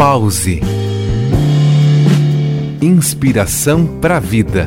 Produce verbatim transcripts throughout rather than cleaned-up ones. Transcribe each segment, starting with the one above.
Pause. Inspiração para a vida.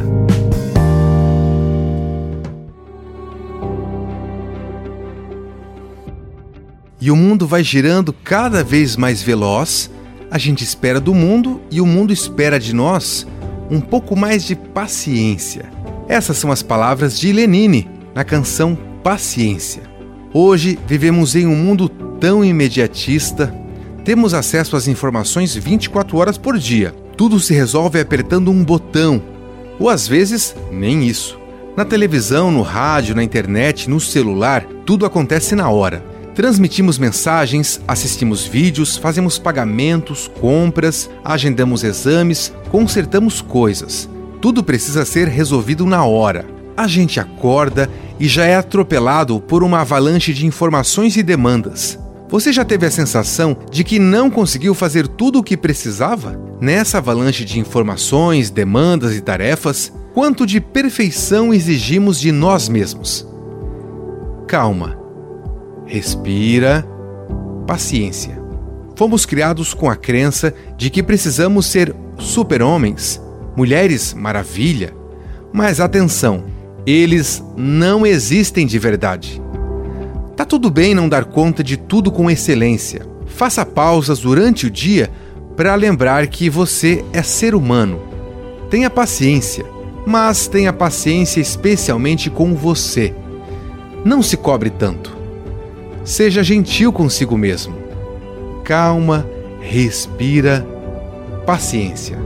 E o mundo vai girando cada vez mais veloz. A gente espera do mundo e o mundo espera de nós um pouco mais de paciência. Essas são as palavras de Lenine na canção Paciência. Hoje vivemos em um mundo tão imediatista. Temos acesso às informações vinte e quatro horas por dia. Tudo se resolve apertando um botão, ou às vezes nem isso. Na televisão, no rádio, na internet, no celular, tudo acontece na hora. Transmitimos mensagens, assistimos vídeos, fazemos pagamentos, compras, agendamos exames, consertamos coisas. Tudo precisa ser resolvido na hora. A gente acorda e já é atropelado por uma avalanche de informações e demandas. Você já teve a sensação de que não conseguiu fazer tudo o que precisava? Nessa avalanche de informações, demandas e tarefas, quanto de perfeição exigimos de nós mesmos? Calma. Respira. Paciência. Fomos criados com a crença de que precisamos ser super-homens, mulheres maravilha. Mas atenção, eles não existem de verdade. Tá tudo bem não dar conta de tudo com excelência. Faça pausas durante o dia para lembrar que você é ser humano. Tenha paciência, mas tenha paciência especialmente com você. Não se cobre tanto. Seja gentil consigo mesmo. Calma, respira, paciência.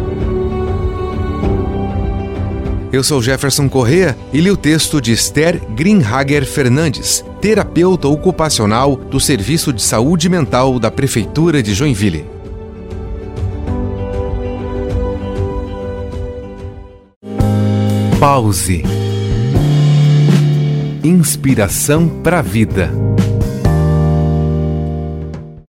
Eu sou Jefferson Corrêa e li o texto de Esther Grinhager Fernandes, terapeuta ocupacional do Serviço de Saúde Mental da Prefeitura de Joinville. Pause. Inspiração para a vida.